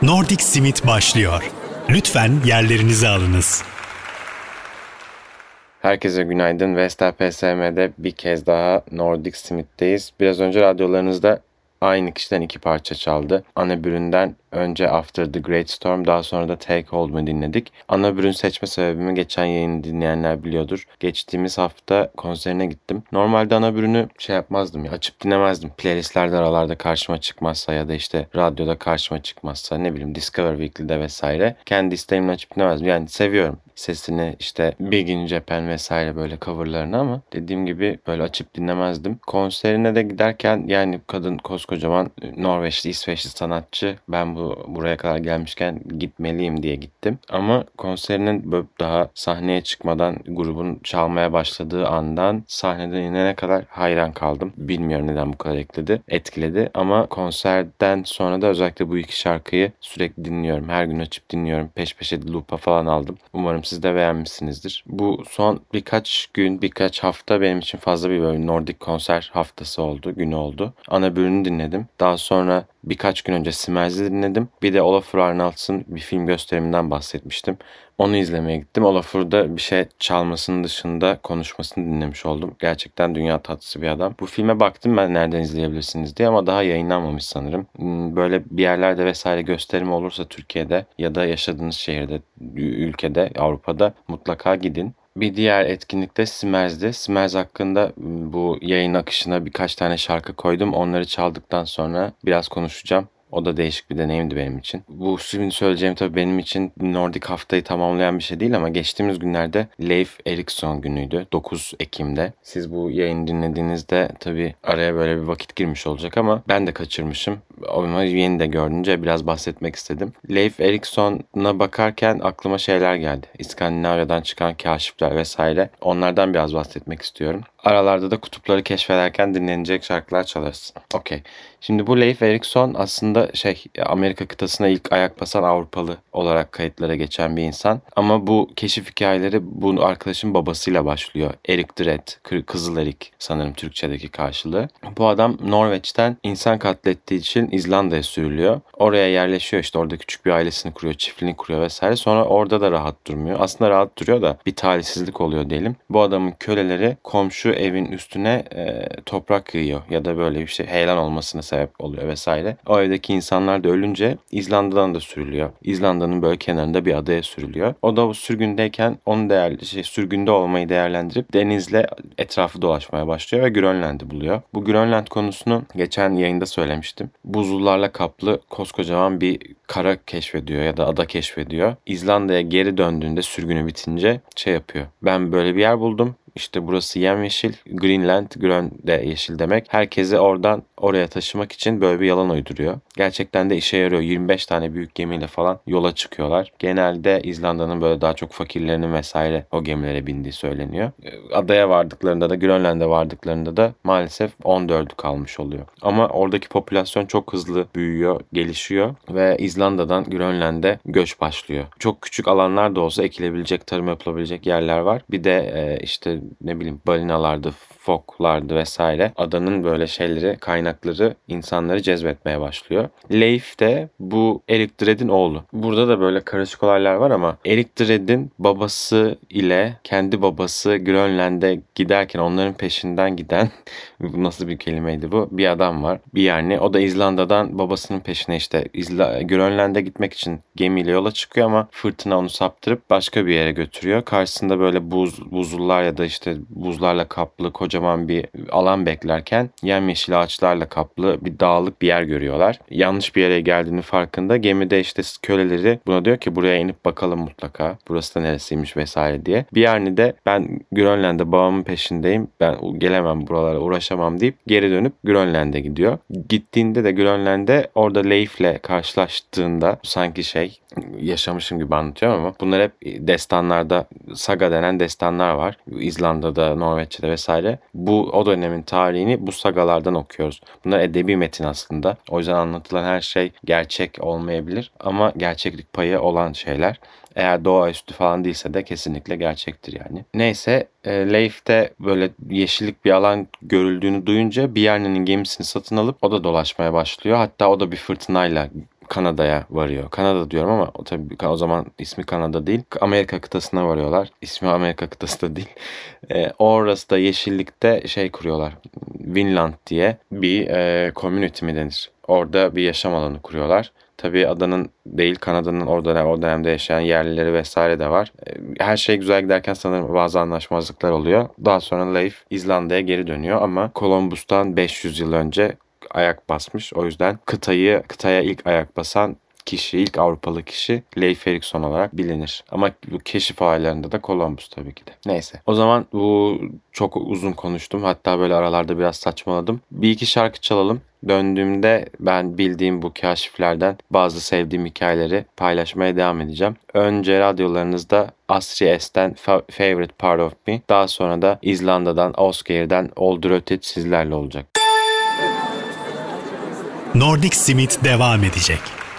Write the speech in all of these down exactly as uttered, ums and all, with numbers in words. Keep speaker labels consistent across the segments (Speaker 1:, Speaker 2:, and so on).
Speaker 1: Nordic Simit başlıyor. Lütfen yerlerinizi alınız.
Speaker 2: Herkese günaydın. Vestel P S M'de bir kez daha Nordic Simit'teyiz. Biraz önce radyolarınızda aynı kişiden iki parça çaldı. Ana büründen önce After the Great Storm, daha sonra da Take Hold Me dinledik. Ana bürün seçme sebebimi geçen yayını dinleyenler biliyordur. Geçtiğimiz hafta konserine gittim. Normalde ana bürünü şey yapmazdım ya, açıp dinlemezdim. Playlistlerde aralarda karşıma çıkmazsa ya da işte radyoda karşıma çıkmazsa, ne bileyim Discover Weekly'de vesaire kendi isteğimle açıp dinlemezdim. Yani seviyorum sesini, işte Big in Japan vesaire böyle coverlarını, ama dediğim gibi böyle açıp dinlemezdim. Konserine de giderken, yani kadın koskocaman Norveçli, İsveçli sanatçı, ben bu buraya kadar gelmişken gitmeliyim diye gittim. Ama konserinin böyle daha sahneye çıkmadan, grubun çalmaya başladığı andan sahneden inene kadar hayran kaldım. Bilmiyorum neden bu kadar etkiledi, etkiledi ama konserden sonra da özellikle bu iki şarkıyı sürekli dinliyorum. Her gün açıp dinliyorum. Peş peşe loop'a falan aldım. Umarım siz de beğenmişsinizdir. Bu son birkaç gün, birkaç hafta benim için fazla bir böyle Nordik konser haftası oldu, günü oldu. Ana bölümünü dinledim. Daha sonra birkaç gün önce Smells dinledim. Bir de Olafur Arnalds'ın bir film gösteriminden bahsetmiştim. Onu izlemeye gittim. Olafur'da bir şey çalmasının dışında konuşmasını dinlemiş oldum. Gerçekten dünya tatlısı bir adam. Bu filme baktım ben nereden izleyebilirsiniz diye, ama daha yayınlanmamış sanırım. Böyle bir yerlerde vesaire gösterim olursa Türkiye'de ya da yaşadığınız şehirde, ülkede, Avrupa'da mutlaka gidin. Bir diğer etkinlikte Smelz'di. Smelz hakkında bu yayın akışına birkaç tane şarkı koydum. Onları çaldıktan sonra biraz konuşacağım. O da değişik bir deneyimdi benim için. Bu şimdi söyleyeceğim tabii benim için Nordik haftayı tamamlayan bir şey değil, ama geçtiğimiz günlerde Leif Erikson günüydü. dokuz Ekim'de. Siz bu yayını dinlediğinizde tabii araya böyle bir vakit girmiş olacak, ama ben de kaçırmışım. Ama yeni de görünce biraz bahsetmek istedim. Leif Erikson'a bakarken aklıma şeyler geldi. İskandinavya'dan çıkan kaşifler vesaire. Onlardan biraz bahsetmek istiyorum. Aralarda da kutupları keşfederken dinlenecek şarkılar çalarsın. Okey. Şimdi bu Leif Erikson aslında şey, Amerika kıtasına ilk ayak basan Avrupalı olarak kayıtlara geçen bir insan. Ama bu keşif hikayeleri bu arkadaşın babasıyla başlıyor. Erik the Red, Kızıl Erik sanırım Türkçedeki karşılığı. Bu adam Norveç'ten insan katlettiği için İzlanda'ya sürülüyor. Oraya yerleşiyor, işte orada küçük bir ailesini kuruyor, çiftliğini kuruyor vesaire. Sonra orada da rahat durmuyor. Aslında rahat duruyor da bir talihsizlik oluyor diyelim. Bu adamın köleleri komşu evin üstüne e, toprak yığıyor ya da böyle bir şey heyelan olmasına sebep oluyor vesaire. O evdeki insanlar da ölünce İzlanda'dan da sürülüyor. İzlanda'nın böyle kenarında bir adaya sürülüyor. O da bu sürgündeyken onu değerli şey sürgünde olmayı değerlendirip denizle etrafı dolaşmaya başlıyor ve Grönland'i buluyor. Bu Grönland konusunu geçen yayında söylemiştim. Buzullarla kaplı koskocaman bir kara keşfediyor ya da ada keşfediyor. İzlanda'ya geri döndüğünde sürgünü bitince şey yapıyor. Ben böyle bir yer buldum. İşte burası yemyeşil, Greenland, Grön de yeşil demek. Herkesi oradan oraya taşımak için böyle bir yalan uyduruyor. Gerçekten de işe yarıyor. yirmi beş tane büyük gemiyle falan yola çıkıyorlar. Genelde İzlanda'nın böyle daha çok fakirlerinin vesaire o gemilere bindiği söyleniyor. Adaya vardıklarında da, Grönland'e vardıklarında da maalesef on dördü kalmış oluyor. Ama oradaki popülasyon çok hızlı büyüyor, gelişiyor ve İzlanda'dan Grönland'e göç başlıyor. Çok küçük alanlar da olsa ekilebilecek, tarım yapılabilecek yerler var. Bir de e, işte ne bileyim balinalardı, foklardı vesaire. Adanın böyle şeyleri, kaynakları insanları cezbetmeye başlıyor. Leif de bu Erik the Red'in oğlu. Burada da böyle karışık olaylar var, ama Erik the Red'in babası ile kendi babası Grönland'e giderken onların peşinden giden bu nasıl bir kelimeydi bu? Bir adam var. Bir yani o da İzlanda'dan babasının peşine işte İzla Grönland'e gitmek için gemiyle yola çıkıyor, ama fırtına onu saptırıp başka bir yere götürüyor. Karşısında böyle buz, buzullar ya da işte buzlarla kaplı kocaman bir alan beklerken yemyeşil ağaçlarla kaplı bir dağlık bir yer görüyorlar. Yanlış bir yere geldiğini farkında. Gemide işte köleleri buna diyor ki buraya inip bakalım mutlaka. Burası da neresiymiş vesaire diye. Bir yani de ben Grönland'de babamın peşindeyim. Ben gelemem buralara, uğraşamam deyip geri dönüp Grönland'e gidiyor. Gittiğinde de Grönland'de orada Leif'le karşılaştığında sanki şey yaşamışım gibi anlatıyorum, ama bunlar hep destanlarda, saga denen destanlar var. İzlanda'da, Norveççe'de vesaire. Bu o dönemin tarihini bu sagalardan okuyoruz. Bunlar edebi metin aslında. O yüzden anlatılan her şey gerçek olmayabilir, ama gerçeklik payı olan şeyler. Eğer doğaüstü falan değilse de kesinlikle gerçektir yani. Neyse, e, Leif'te böyle yeşillik bir alan görüldüğünü duyunca Bjarne'nin gemisini satın alıp o da dolaşmaya başlıyor. Hatta o da bir fırtınayla Kanada'ya varıyor. Kanada diyorum ama o tabii o zaman ismi Kanada değil. Amerika kıtasına varıyorlar. İsmi Amerika kıtası da değil. E, orası da yeşillikte şey kuruyorlar. Vinland diye bir e, community mi denir? Orada bir yaşam alanı kuruyorlar. Tabii adanın değil, Kanada'nın orada o dönemde yaşayan yerlileri vesaire de var. Her şey güzel giderken sanırım bazı anlaşmazlıklar oluyor. Daha sonra Leif İzlanda'ya geri dönüyor ama Columbus'tan beş yüz yıl önce ayak basmış. O yüzden kıtayı kıtaya ilk ayak basan kişi, ilk Avrupalı kişi Leif Erikson olarak bilinir. Ama bu keşif olaylarında da Columbus tabii ki de. Neyse. O zaman bu çok uzun konuştum. Hatta böyle aralarda biraz saçmaladım. Bir iki şarkı çalalım. Döndüğümde ben bildiğim bu kaşiflerden bazı sevdiğim hikayeleri paylaşmaya devam edeceğim. Önce radyolarınızda Astrid S'ten Favorite Part of Me, daha sonra da İzlanda'dan Osgeir'den Oldrötit sizlerle olacak.
Speaker 1: Nordic Simit devam edecek.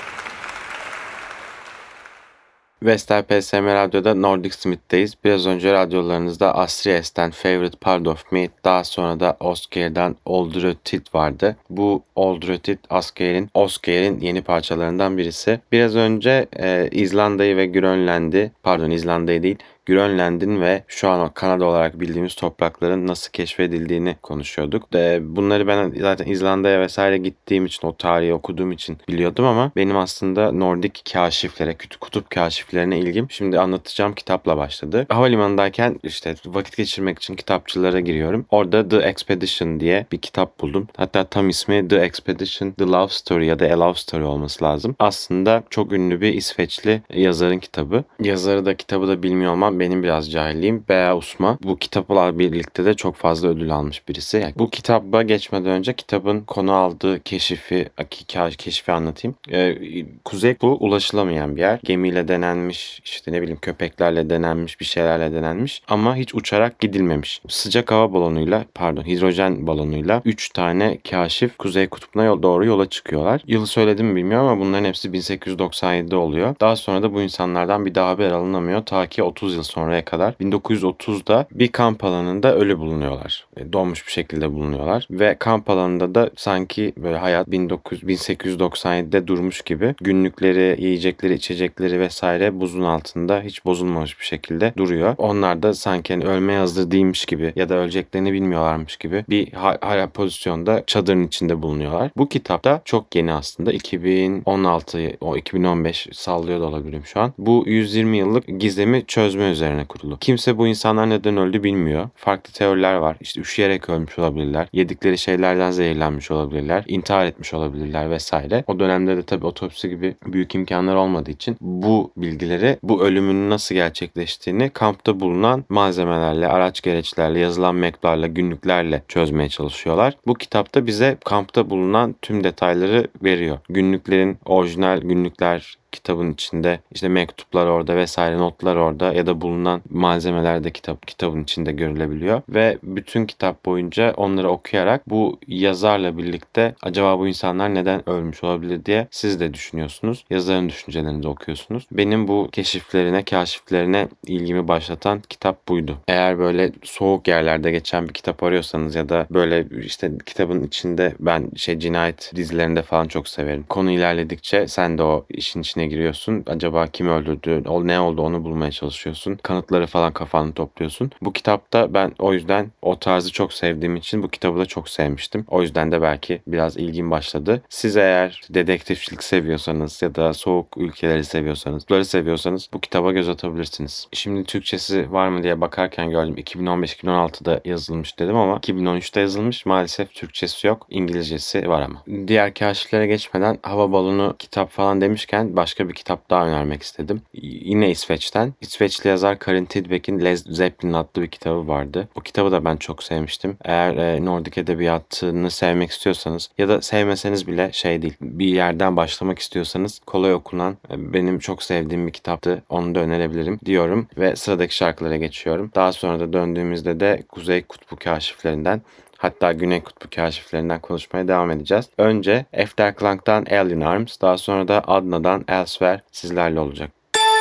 Speaker 2: Vestel P S M Radyo'da Nordic Smith'teyiz. Biraz önce radyolarınızda Astrid S'ten Favorite Part of Me, daha sonra da Osgeir'den Oldrötit vardı. Bu Oldrötit Asgeir'in Osgeir'in yeni parçalarından birisi. Biraz önce e, İzlanda'yı ve Grönland'i, pardon İzlanda'yı değil, Grönland'in ve şu an Kanada olarak bildiğimiz toprakların nasıl keşfedildiğini konuşuyorduk. Bunları ben zaten İzlanda'ya vesaire gittiğim için, o tarihi okuduğum için biliyordum ama benim aslında Nordik kaşiflere, kutup kaşiflerine ilgim şimdi anlatacağım kitapla başladı. Havalimanındayken işte vakit geçirmek için kitapçılara giriyorum. Orada The Expedition diye bir kitap buldum. Hatta tam ismi The Expedition, The Love Story ya da A Love Story olması lazım. Aslında çok ünlü bir İsveçli yazarın kitabı. Yazarı da kitabı da bilmiyor olmam benim biraz cahilliğim. Bea Usma. Bu kitapla birlikte de çok fazla ödül almış birisi. Yani bu kitaba geçmeden önce kitabın konu aldığı keşifi, keşifi anlatayım. Ee, Kuzey bu ulaşılamayan bir yer. Gemiyle denenmiş, işte ne bileyim köpeklerle denenmiş, bir şeylerle denenmiş ama hiç uçarak gidilmemiş. Sıcak hava balonuyla, pardon hidrojen balonuyla üç tane kaşif Kuzey Kutbu'na yol, doğru yola çıkıyorlar. Yılı söyledim mi bilmiyorum ama bunların hepsi bin sekiz yüz doksan yedide oluyor. Daha sonra da bu insanlardan bir daha haber alınamıyor. Ta ki otuz yıl sonraya kadar bin dokuz yüz otuzda bir kamp alanında ölü bulunuyorlar. Donmuş bir şekilde bulunuyorlar. Ve kamp alanında da sanki böyle hayat bin dokuz yüz, bin sekiz yüz doksan yedide durmuş gibi günlükleri, yiyecekleri, içecekleri vesaire buzun altında hiç bozulmamış bir şekilde duruyor. Onlar da sanki hani ölmeye hazır değilmiş gibi ya da öleceklerini bilmiyorlarmış gibi bir hala pozisyonda çadırın içinde bulunuyorlar. Bu kitapta çok yeni aslında. iki bin on altı, o iki bin on beş sallıyor da olabilirim şu an. Bu yüz yirmi yıllık gizemi çözme üzerine kurulu. Kimse bu insanlar neden öldü bilmiyor. Farklı teoriler var. İşte üşüyerek ölmüş olabilirler. Yedikleri şeylerden zehirlenmiş olabilirler. İntihar etmiş olabilirler vesaire. O dönemde de tabii otopsi gibi büyük imkanlar olmadığı için bu bilgileri, bu ölümün nasıl gerçekleştiğini kampta bulunan malzemelerle, araç gereçlerle, yazılan mektuplarla, günlüklerle çözmeye çalışıyorlar. Bu kitapta bize kampta bulunan tüm detayları veriyor. Günlüklerin, orijinal günlükler kitabın içinde, işte mektuplar orada vesaire, notlar orada ya da bulunan malzemeler de kitap kitabın içinde görülebiliyor ve bütün kitap boyunca onları okuyarak bu yazarla birlikte acaba bu insanlar neden ölmüş olabilir diye siz de düşünüyorsunuz. Yazarın düşüncelerini de okuyorsunuz. Benim bu keşiflerine, kaşiflerine ilgimi başlatan kitap buydu. Eğer böyle soğuk yerlerde geçen bir kitap arıyorsanız ya da böyle işte kitabın içinde, ben şey cinayet dizilerinde falan çok severim. Konu ilerledikçe sen de o işin içine giriyorsun. Acaba kim öldürdü, o ne oldu onu bulmaya çalışıyorsun. Kanıtları falan kafanı topluyorsun. Bu kitapta ben o yüzden o tarzı çok sevdiğim için bu kitabı da çok sevmiştim. O yüzden de belki biraz ilgim başladı. Siz eğer dedektifçilik seviyorsanız ya da soğuk ülkeleri seviyorsanız, bunları seviyorsanız bu kitaba göz atabilirsiniz. Şimdi Türkçesi var mı diye bakarken gördüm. iki bin on beş iki bin on altıda yazılmış dedim ama iki bin on üçte yazılmış. Maalesef Türkçesi yok. İngilizcesi var ama. Diğer kaşiflere geçmeden hava balonu kitap falan demişken başka bir kitap daha önermek istedim. Yine İsveç'ten. İsveçli yazar Karin Tidbeck'in Led Zeppelin adlı bir kitabı vardı. O kitabı da ben çok sevmiştim. Eğer e, Nordik edebiyatını sevmek istiyorsanız ya da sevmeseniz bile şey değil, bir yerden başlamak istiyorsanız kolay okunan, e, benim çok sevdiğim bir kitaptı. Onu da önerebilirim diyorum ve sıradaki şarkılara geçiyorum. Daha sonra da döndüğümüzde de Kuzey Kutbu kaşiflerinden, hatta Güney Kutbu kaşiflerinden konuşmaya devam edeceğiz. Önce Efterklang'dan Alien Arms, daha sonra da Adna'dan Elsewhere sizlerle olacak.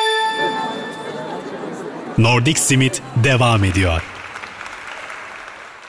Speaker 1: Nordic Simit devam ediyor.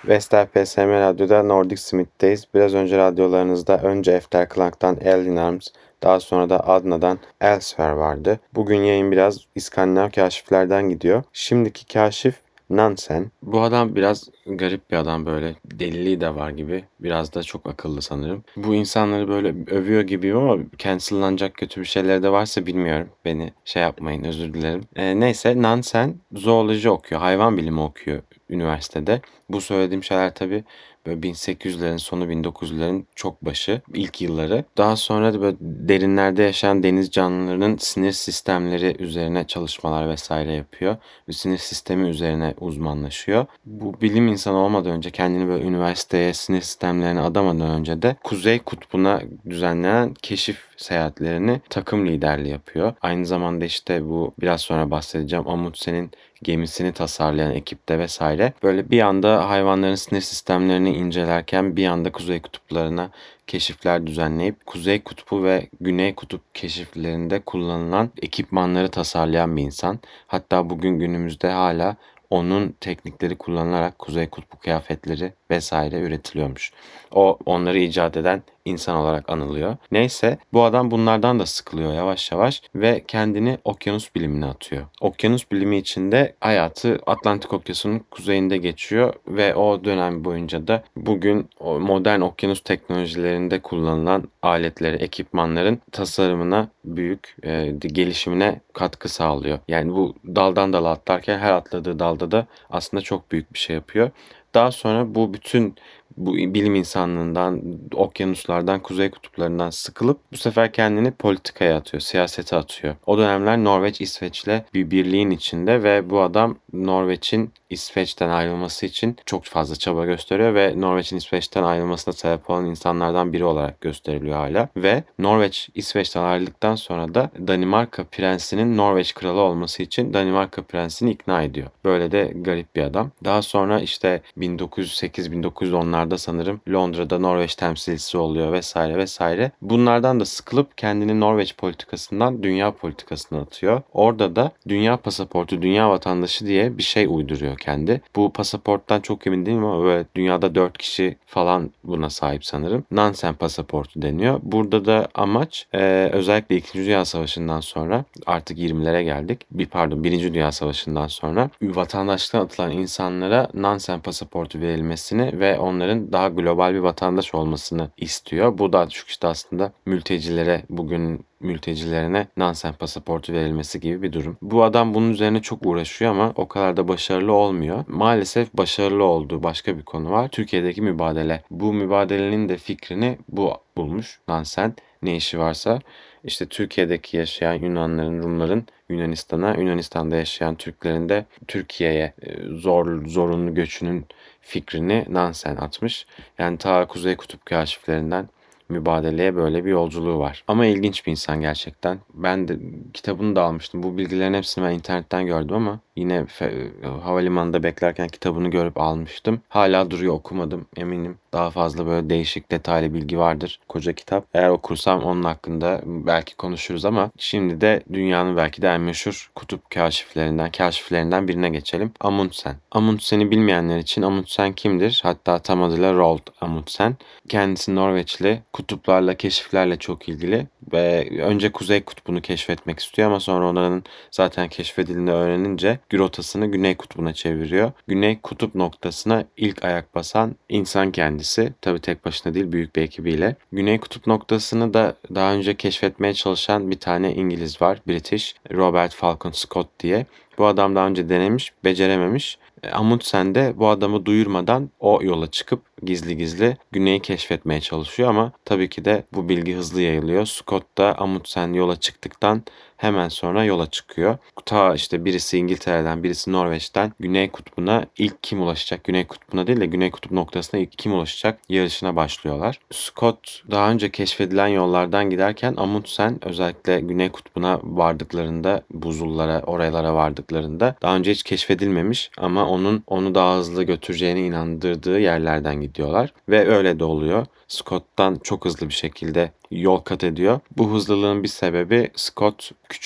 Speaker 2: Vestel P S M Radyo'da Nordic Smith'teyiz. Biraz önce radyolarınızda önce Efterklang'dan Alien Arms, daha sonra da Adna'dan Elsewhere vardı. Bugün yayın biraz İskandinav kaşiflerden gidiyor. Şimdiki kaşif Nansen. Bu adam biraz garip bir adam, böyle deliliği de var gibi. Biraz da çok akıllı sanırım. Bu insanları böyle övüyor gibiyim ama cancellanacak kötü bir şeyleri de varsa bilmiyorum. Beni şey yapmayın, özür dilerim. Ee, neyse Nansen zooloji okuyor, hayvan bilimi okuyor üniversitede. Bu söylediğim şeyler tabii böyle bin sekiz yüzlerin sonu, bin dokuz yüzlerin çok başı, ilk yılları. Daha sonra da böyle derinlerde yaşayan deniz canlılarının sinir sistemleri üzerine çalışmalar vesaire yapıyor. Ve sinir sistemi üzerine uzmanlaşıyor. Bu bilim insanı olmadan önce, kendini böyle üniversiteye, sinir sistemlerine adamadan önce de Kuzey Kutbu'na düzenlenen keşif seyahatlerini takım liderliği yapıyor. Aynı zamanda işte bu biraz sonra bahsedeceğim Amundsen'in gemisini tasarlayan ekipte vesaire. Böyle bir anda hayvanların sinir sistemlerini incelerken bir anda Kuzey Kutuplarına keşifler düzenleyip Kuzey Kutbu ve Güney Kutup keşiflerinde kullanılan ekipmanları tasarlayan bir insan. Hatta bugün günümüzde hala onun teknikleri kullanılarak Kuzey Kutbu kıyafetleri vesaire üretiliyormuş. O onları icat eden insan olarak anılıyor. Neyse, bu adam bunlardan da sıkılıyor yavaş yavaş ve kendini okyanus bilimine atıyor. Okyanus bilimi içinde hayatı Atlantik Okyanusu'nun kuzeyinde geçiyor ve o dönem boyunca da bugün o modern okyanus teknolojilerinde kullanılan aletleri, ekipmanların tasarımına büyük e, gelişimine katkı sağlıyor. Yani bu daldan dala atlarken her atladığı dalda da aslında çok büyük bir şey yapıyor. Daha sonra bu bütün bu bilim insanlığından, okyanuslardan, kuzey kutuplarından sıkılıp bu sefer kendini politikaya atıyor, siyasete atıyor. O dönemler Norveç, İsveç'le bir birliğin içinde ve bu adam Norveç'in İsveç'ten ayrılması için çok fazla çaba gösteriyor ve Norveç'in İsveç'ten ayrılmasına sebep olan insanlardan biri olarak gösteriliyor hala. Ve Norveç İsveç'ten ayrıldıktan sonra da Danimarka prensinin Norveç kralı olması için Danimarka prensini ikna ediyor. Böyle de garip bir adam. Daha sonra işte bin dokuz yüz sekiz bin dokuz yüz onlarda sanırım Londra'da Norveç temsilcisi oluyor vesaire vesaire. Bunlardan da sıkılıp kendini Norveç politikasından dünya politikasına atıyor. Orada da dünya pasaportu, dünya vatandaşı diye bir şey uyduruyor kendi. Bu pasaporttan çok emin değilim ama böyle dünyada dört kişi falan buna sahip sanırım. Nansen pasaportu deniyor. Burada da amaç e, özellikle İkinci Dünya Savaşı'ndan sonra, artık yirmilere geldik. Bir pardon Birinci Dünya Savaşı'ndan sonra vatandaşlıktan atılan insanlara Nansen pasaportu verilmesini ve onların daha global bir vatandaş olmasını istiyor. Bu da çok işte aslında mültecilere, bugün mültecilerine Nansen pasaportu verilmesi gibi bir durum. Bu adam bunun üzerine çok uğraşıyor ama o kadar da başarılı olmuyor. Maalesef başarılı olduğu başka bir konu var. Türkiye'deki mübadele. Bu mübadelenin de fikrini bu bulmuş Nansen. Ne işi varsa işte Türkiye'deki yaşayan Yunanların, Rumların Yunanistan'a, Yunanistan'da yaşayan Türklerin de Türkiye'ye zor zorunlu göçünün fikrini Nansen atmış. Yani ta Kuzey Kutup kaşiflerinden mübadeleye böyle bir yolculuğu var. Ama ilginç bir insan gerçekten. Ben de kitabını da almıştım. Bu bilgilerin hepsini ben internetten gördüm ama yine fe- havalimanında beklerken kitabını görüp almıştım. Hala duruyor, okumadım eminim. Daha fazla böyle değişik detaylı bilgi vardır koca kitap. Eğer okursam onun hakkında belki konuşuruz ama şimdi de dünyanın belki de en meşhur kutup kaşiflerinden, kaşiflerinden birine geçelim. Amundsen. Amundsen'i bilmeyenler için Amundsen kimdir? Hatta tam adıyla Roald Amundsen. Kendisi Norveçli, kutuplarla, keşiflerle çok ilgili ve önce Kuzey Kutbu'nu keşfetmek istiyor ama sonra onların zaten keşfedildiğini öğrenince rotasını Güney Kutbu'na çeviriyor. Güney Kutup noktasına ilk ayak basan insan kendisi. Tabii tek başına değil, büyük bir ekibiyle. Güney Kutup noktasını da daha önce keşfetmeye çalışan bir tane İngiliz var, British, Robert Falcon Scott diye. Bu adam daha önce denemiş, becerememiş. Amundsen de bu adamı duyurmadan o yola çıkıp gizli gizli güneyi keşfetmeye çalışıyor ama tabii ki de bu bilgi hızlı yayılıyor. Scott da Amundsen yola çıktıktan hemen sonra yola çıkıyor. Ta işte birisi İngiltere'den, birisi Norveç'ten Güney Kutbu'na ilk kim ulaşacak? Güney Kutbu'na değil de Güney Kutup noktasına ilk kim ulaşacak yarışına başlıyorlar. Scott daha önce keşfedilen yollardan giderken Amundsen özellikle Güney Kutbu'na vardıklarında, buzullara, oralara vardıklarında daha önce hiç keşfedilmemiş ama onun onu daha hızlı götüreceğine inandırdığı yerlerden gidiyorlar. Ve öyle de oluyor. Scott'tan çok hızlı bir şekilde yol kat ediyor. Bu hızlılığın bir sebebi Scott küçük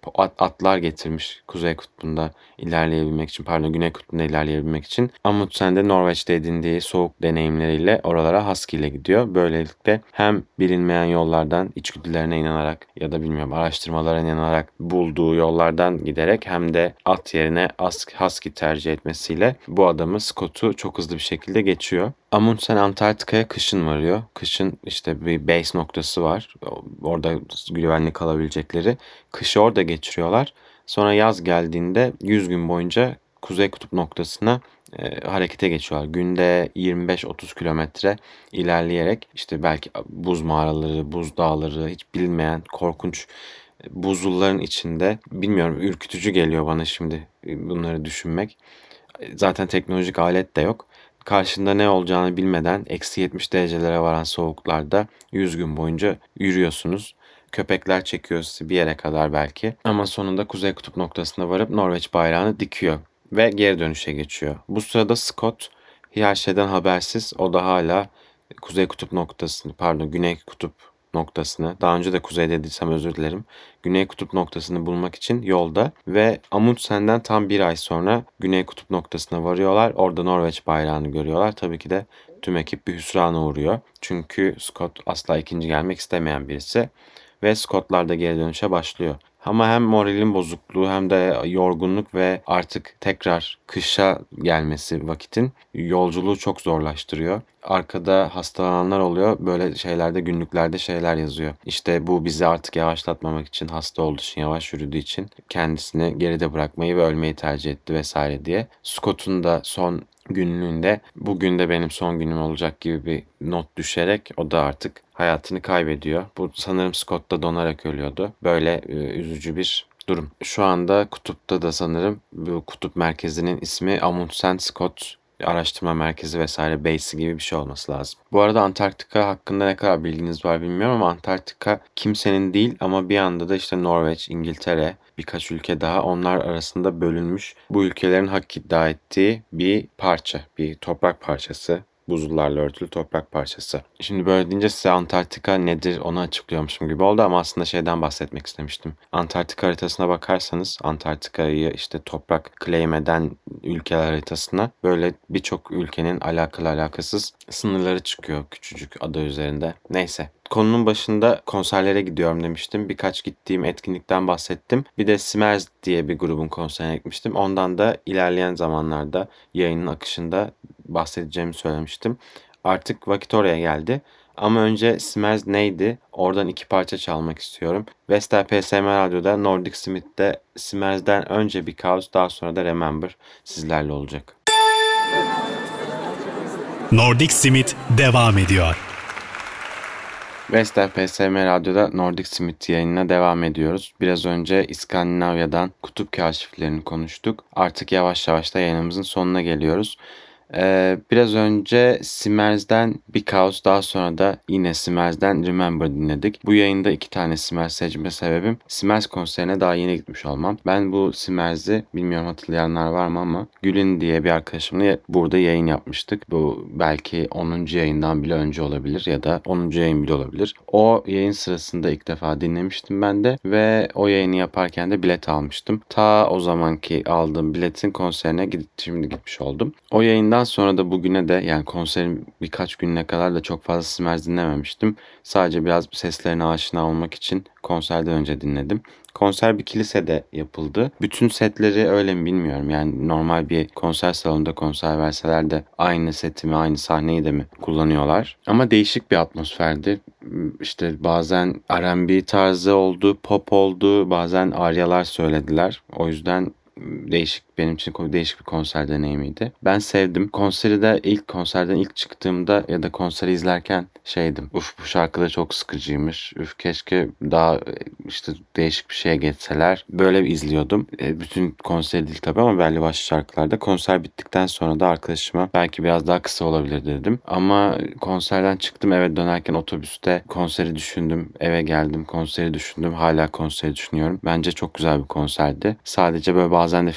Speaker 2: at, atlar getirmiş Kuzey Kutbu'nda ilerleyebilmek için, pardon Güney Kutbu'nda ilerleyebilmek için. Amundsen de Norveç'te edindiği soğuk deneyimleriyle oralara husky ile gidiyor. Böylelikle hem bilinmeyen yollardan içgüdülerine inanarak ya da bilmiyorum araştırmalara inanarak bulduğu yollardan giderek hem de at yerine husky tercih etmesiyle bu adamı Scott'u çok hızlı bir şekilde geçiyor. Amundsen Antarktika'ya kışın varıyor. Kışın işte bir base noktası var. Orada güvenli kalabilecekleri. Kışı orada geçiriyorlar. Sonra yaz geldiğinde yüz gün boyunca Kuzey Kutup noktasına e, harekete geçiyorlar. Günde yirmi beş otuz kilometre ilerleyerek işte belki buz mağaraları, buz dağları, hiç bilinmeyen korkunç buzulların içinde, bilmiyorum, ürkütücü geliyor bana şimdi bunları düşünmek. Zaten teknolojik alet de yok. Karşında ne olacağını bilmeden eksi yetmiş derecelere varan soğuklarda yüz gün boyunca yürüyorsunuz. Köpekler çekiyor sizi bir yere kadar belki. Ama sonunda Kuzey Kutup noktasına varıp Norveç bayrağını dikiyor. Ve geri dönüşe geçiyor. Bu sırada Scott her şeyden habersiz. O da hala Kuzey Kutup noktasını, pardon Güney Kutup noktasını, daha önce de kuzey dediysem özür dilerim, Güney Kutup noktasını bulmak için yolda ve Amundsen'den tam bir ay sonra Güney Kutup noktasına varıyorlar. Orada Norveç bayrağını görüyorlar. Tabii ki de tüm ekip bir hüsrana uğruyor. Çünkü Scott asla ikinci gelmek istemeyen birisi ve Scott'lar da geri dönüşe başlıyor. Ama hem moralin bozukluğu hem de yorgunluk ve artık tekrar kışa gelmesi vakitin yolculuğu çok zorlaştırıyor. Arkada hastalananlar oluyor. Böyle şeylerde, günlüklerde şeyler yazıyor. İşte bu bizi artık yavaşlatmamak için, hasta olduğu için, yavaş yürüdüğü için kendisini geride bırakmayı ve ölmeyi tercih etti vesaire diye. Scott'un da son günlüğünde bugün de benim son günüm olacak gibi bir not düşerek o da artık hayatını kaybediyor. Bu sanırım Scott'ta donarak ölüyordu. Böyle e, üzücü bir durum. Şu anda kutupta da sanırım bu kutup merkezinin ismi Amundsen Scott Araştırma Merkezi vesaire base'i gibi bir şey olması lazım. Bu arada Antarktika hakkında ne kadar bilginiz var bilmiyorum ama Antarktika kimsenin değil ama bir anda da işte Norveç, İngiltere, birkaç ülke daha onlar arasında bölünmüş. Bu ülkelerin hak iddia ettiği bir parça, bir toprak parçası. Buzullarla örtülü toprak parçası. Şimdi böyle deyince size Antarktika nedir onu açıklıyormuşum gibi oldu ama aslında şeyden bahsetmek istemiştim. Antarktika haritasına bakarsanız Antarktika'yı işte toprak claim eden ülkeler haritasına böyle birçok ülkenin alakalı alakasız sınırları çıkıyor küçücük ada üzerinde. Neyse. Konunun başında konserlere gidiyorum demiştim. Birkaç gittiğim etkinlikten bahsettim. Bir de Smers diye bir grubun konserine gitmiştim. Ondan da ilerleyen zamanlarda yayının akışında bahsedeceğimi söylemiştim. Artık vakit oraya geldi. Ama önce Smers neydi? Oradan iki parça çalmak istiyorum. Vestel P S M Radyo'da Nordic Smith'te Smers'den önce Because, daha sonra da Remember sizlerle olacak.
Speaker 1: Nordic Smith devam ediyor.
Speaker 2: Vestel P S M Radyo'da Nordic Smith yayınına devam ediyoruz. Biraz önce İskandinavya'dan kutup kaşiflerini konuştuk. Artık yavaş yavaş da yayınımızın sonuna geliyoruz. Ee, biraz önce Smers'den Because, daha sonra da yine Smers'den Remember dinledik. Bu yayında iki tane Smers seçme sebebim Smers konserine daha yeni gitmiş olmam. Ben bu Smers'i bilmiyorum hatırlayanlar var mı ama Gül'ün diye bir arkadaşımla burada yayın yapmıştık. Bu belki onuncu yayından bile önce olabilir ya da onuncu yayın bile olabilir. O yayın sırasında ilk defa dinlemiştim ben de ve o yayını yaparken de bilet almıştım. Ta o zamanki aldığım biletin konserine gidip şimdi gitmiş oldum. O yayından sonra da bugüne de, yani konserin birkaç gününe kadar da çok fazla Smers dinlememiştim. Sadece biraz seslerine aşina olmak için konserden önce dinledim. Konser bir kilisede yapıldı. Bütün setleri öyle mi bilmiyorum. Yani normal bir konser salonunda konser verseler de aynı seti mi, aynı sahneyi de mi kullanıyorlar? Ama değişik bir atmosferdi. İşte bazen R and B tarzı oldu, pop oldu, bazen aryalar söylediler. O yüzden değişik, benim için değişik bir konser deneyimiydi. Ben sevdim. Konseri de ilk konserden ilk çıktığımda ya da konseri izlerken şeydim. Uf, bu şarkı da çok sıkıcıymış. Üf, keşke daha işte değişik bir şeye geçseler. Böyle izliyordum. E, bütün konseri değil tabii ama belli başlı şarkılarda. Konser bittikten sonra da arkadaşıma belki biraz daha kısa olabilir dedim. Ama konserden çıktım, eve dönerken otobüste konseri düşündüm. Eve geldim, konseri düşündüm. Hala konseri düşünüyorum. Bence çok güzel bir konserdi. Sadece böyle bazen de filmlerde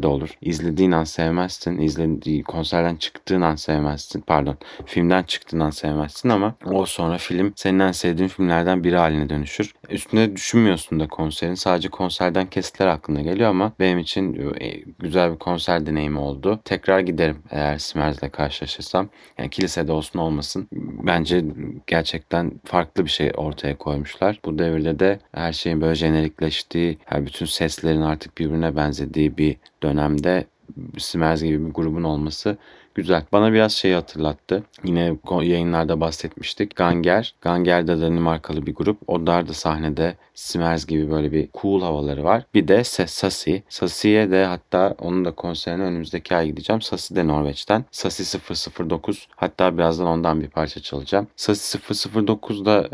Speaker 2: şöyle de olur. İzlediğin an sevmezsin. İzlediği konserden çıktığın an sevmezsin. Pardon. Filmden çıktığın an sevmezsin ama o sonra film senin en sevdiğin filmlerden biri haline dönüşür. Üstüne düşünmüyorsun da konserin. Sadece konserden kesitler aklına geliyor ama benim için güzel bir konser deneyimi oldu. Tekrar giderim eğer Smers'le karşılaşırsam. Yani kilisede olsun olmasın. Bence gerçekten farklı bir şey ortaya koymuşlar. Bu devirde de her şeyin böyle jenerikleştiği, her bütün seslerin artık birbirine benzediği bir dönemde Smers gibi bir grubun olması güzel. Bana biraz şeyi hatırlattı. Yine yayınlarda bahsetmiştik. Ganger. Ganger de Danimarkalı bir grup. Onlar da sahnede Smers gibi böyle bir cool havaları var. Bir de Sasi. Sasi'ye de hatta onun da konserine önümüzdeki ay gideceğim. Sasi de Norveç'ten. Sasi sıfır sıfır dokuz. Hatta birazdan ondan bir parça çalacağım. Sasi sıfır sıfır dokuzda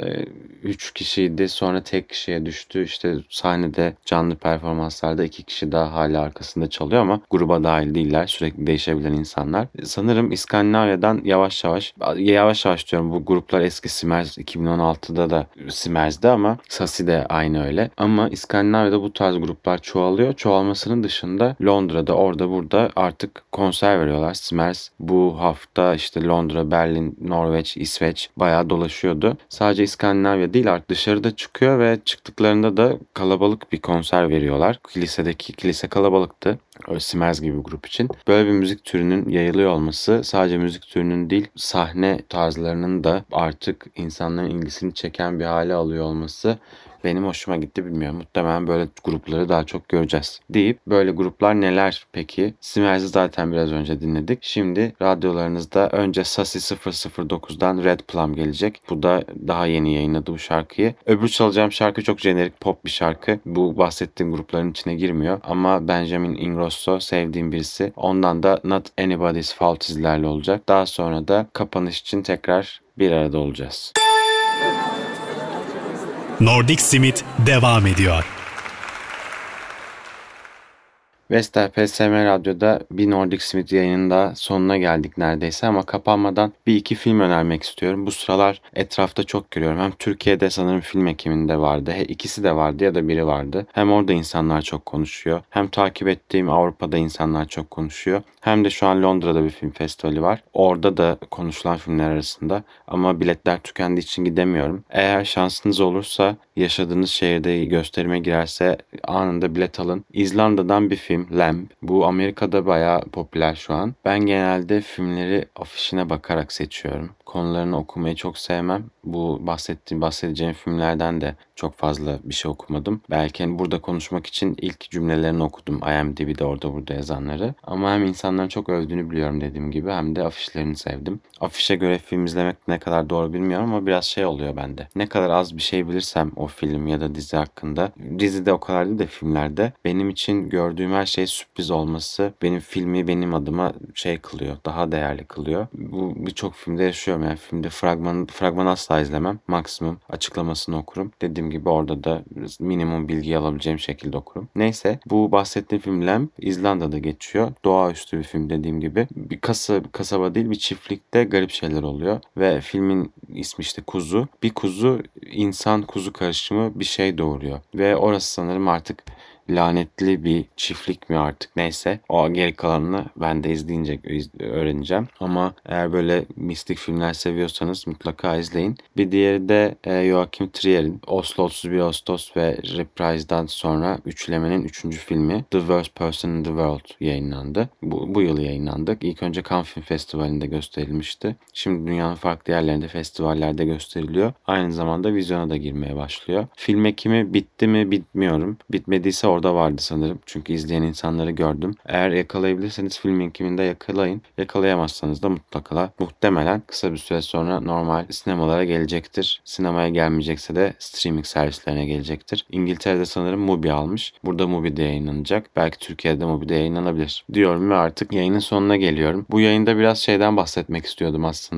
Speaker 2: üç kişiydi. Sonra tek kişiye düştü. İşte sahnede canlı performanslarda iki kişi daha hala arkasında çalıyor ama gruba dahil değiller. Sürekli değişebilen insanlar. Sanırım İskandinavya'dan yavaş yavaş yavaş yavaş diyorum, bu gruplar eski Smers, iki bin on altıda da Smers'di ama Sasi de aynı öyle. Ama İskandinavya'da bu tarz gruplar çoğalıyor. Çoğalmasının dışında Londra'da, orada burada artık konser veriyorlar. Smers bu hafta işte Londra, Berlin, Norveç, İsveç bayağı dolaşıyordu. Sadece İskandinavya değil, artık dışarıda çıkıyor ve çıktıklarında da kalabalık bir konser veriyorlar. Kilisedeki kilise kalabalıktı. Smers gibi bir grup için. Böyle bir müzik türünün yayılıyor olması, sadece müzik türünün değil sahne tarzlarının da artık insanların ilgisini çeken bir hale alıyor olması benim hoşuma gitti, bilmiyorum. Muhtemelen böyle grupları daha çok göreceğiz. Deyip böyle gruplar neler peki? Smers'i zaten biraz önce dinledik. Şimdi radyolarınızda önce Sasi sıfır sıfır dokuzdan Red Plum gelecek. Bu da daha yeni yayınladı bu şarkıyı. Öbür çalacağım şarkı çok jenerik pop bir şarkı. Bu bahsettiğim grupların içine girmiyor. Ama Benjamin Ingrosso sevdiğim birisi. Ondan da Not Anybody's Fault sizlerle olacak. Daha sonra da kapanış için tekrar bir arada olacağız.
Speaker 1: Nordic Simit devam ediyor.
Speaker 2: Vestel P S M Radyo'da bir Nordic Simit yayınında sonuna geldik neredeyse ama kapanmadan bir iki film önermek istiyorum. Bu sıralar etrafta çok görüyorum. Hem Türkiye'de sanırım film ekiminde vardı. He, ikisi de vardı ya da biri vardı. Hem orada insanlar çok konuşuyor. Hem takip ettiğim Avrupa'da insanlar çok konuşuyor. Hem de şu an Londra'da bir film festivali var. Orada da konuşulan filmler arasında. Ama biletler tükendiği için gidemiyorum. Eğer şansınız olursa, yaşadığınız şehirde gösterime girerse anında bilet alın. İzlanda'dan bir film, Lamb. Bu Amerika'da bayağı popüler şu an. Ben genelde filmleri afişine bakarak seçiyorum. Konularını okumayı çok sevmem. Bu bahsettiğim, bahsedeceğim filmlerden de çok fazla bir şey okumadım. Belki hani burada konuşmak için ilk cümlelerini okudum. IMDb'de orada burada yazanları. Ama hem insanların çok övdüğünü biliyorum dediğim gibi, hem de afişlerini sevdim. Afişe göre film izlemek ne kadar doğru bilmiyorum ama biraz şey oluyor bende. Ne kadar az bir şey bilirsem o film ya da dizi hakkında, dizide o kadar değil de filmlerde, benim için gördüğüm her şey sürpriz olması benim filmi benim adıma şey kılıyor. Daha değerli kılıyor. Bu birçok filmde yaşıyorum. Yani filmde fragman, fragman asla izlemem. Maksimum açıklamasını okurum. Dediğim gibi orada da minimum bilgi alabileceğim şekilde okurum. Neyse, bu bahsettiğim film Lamb İzlanda'da geçiyor. Doğaüstü bir film dediğim gibi. Bir kasa, kasaba değil bir çiftlikte garip şeyler oluyor. Ve filmin ismi işte Kuzu. Bir kuzu insan kuzu karışımı bir şey doğuruyor. Ve orası sanırım artık lanetli bir çiftlik mi artık, neyse. O geri kalanını ben de izleyince öğreneceğim. Ama eğer böyle mistik filmler seviyorsanız mutlaka izleyin. Bir diğeri de e, Joachim Trier'in Oslo otuz bir Ağustos ve Reprise'dan sonra üçlemenin üçüncü filmi The Worst Person in the World yayınlandı. Bu, bu yıl yayınlandı. İlk önce Cannes Film Festivali'nde gösterilmişti. Şimdi dünyanın farklı yerlerinde festivallerde gösteriliyor. Aynı zamanda vizyona da girmeye başlıyor. Film ekimi bitti mi bitmiyorum. Bitmediyse orada vardı sanırım. Çünkü izleyen insanları gördüm. Eğer yakalayabilirseniz film ekiminde yakalayın. Yakalayamazsanız da mutlaka muhtemelen kısa bir süre sonra normal sinemalara gelecektir. Sinemaya gelmeyecekse de streaming servislerine gelecektir. İngiltere'de sanırım Mubi almış. Burada Mubi'de yayınlanacak. Belki Türkiye'de Mubi'de yayınlanabilir diyorum ve artık yayının sonuna geliyorum. Bu yayında biraz şeyden bahsetmek istiyordum aslında.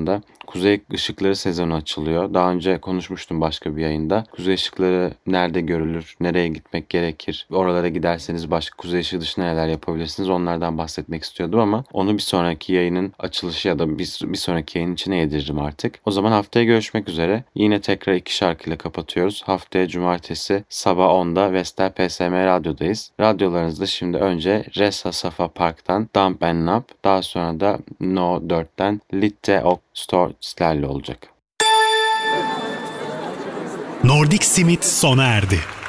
Speaker 2: Kuzey ışıkları sezonu açılıyor. Daha önce konuşmuştum başka bir yayında. Kuzey ışıkları nerede görülür, nereye gitmek gerekir, oralara giderseniz başka kuzey ışığı dışında neler yapabilirsiniz, onlardan bahsetmek istiyordum ama onu bir sonraki yayının açılışı ya da bir, bir sonraki yayın içine yediririm artık. O zaman haftaya görüşmek üzere. Yine tekrar iki şarkıyla kapatıyoruz. Haftaya cumartesi sabah onda Vestel P S M Radyo'dayız. Radyolarınızda şimdi önce Resa Safa Park'tan Dump and Nump, daha sonra da No dörtten Litte Ok Storslerle olacak.
Speaker 1: Nordic Simit sona erdi.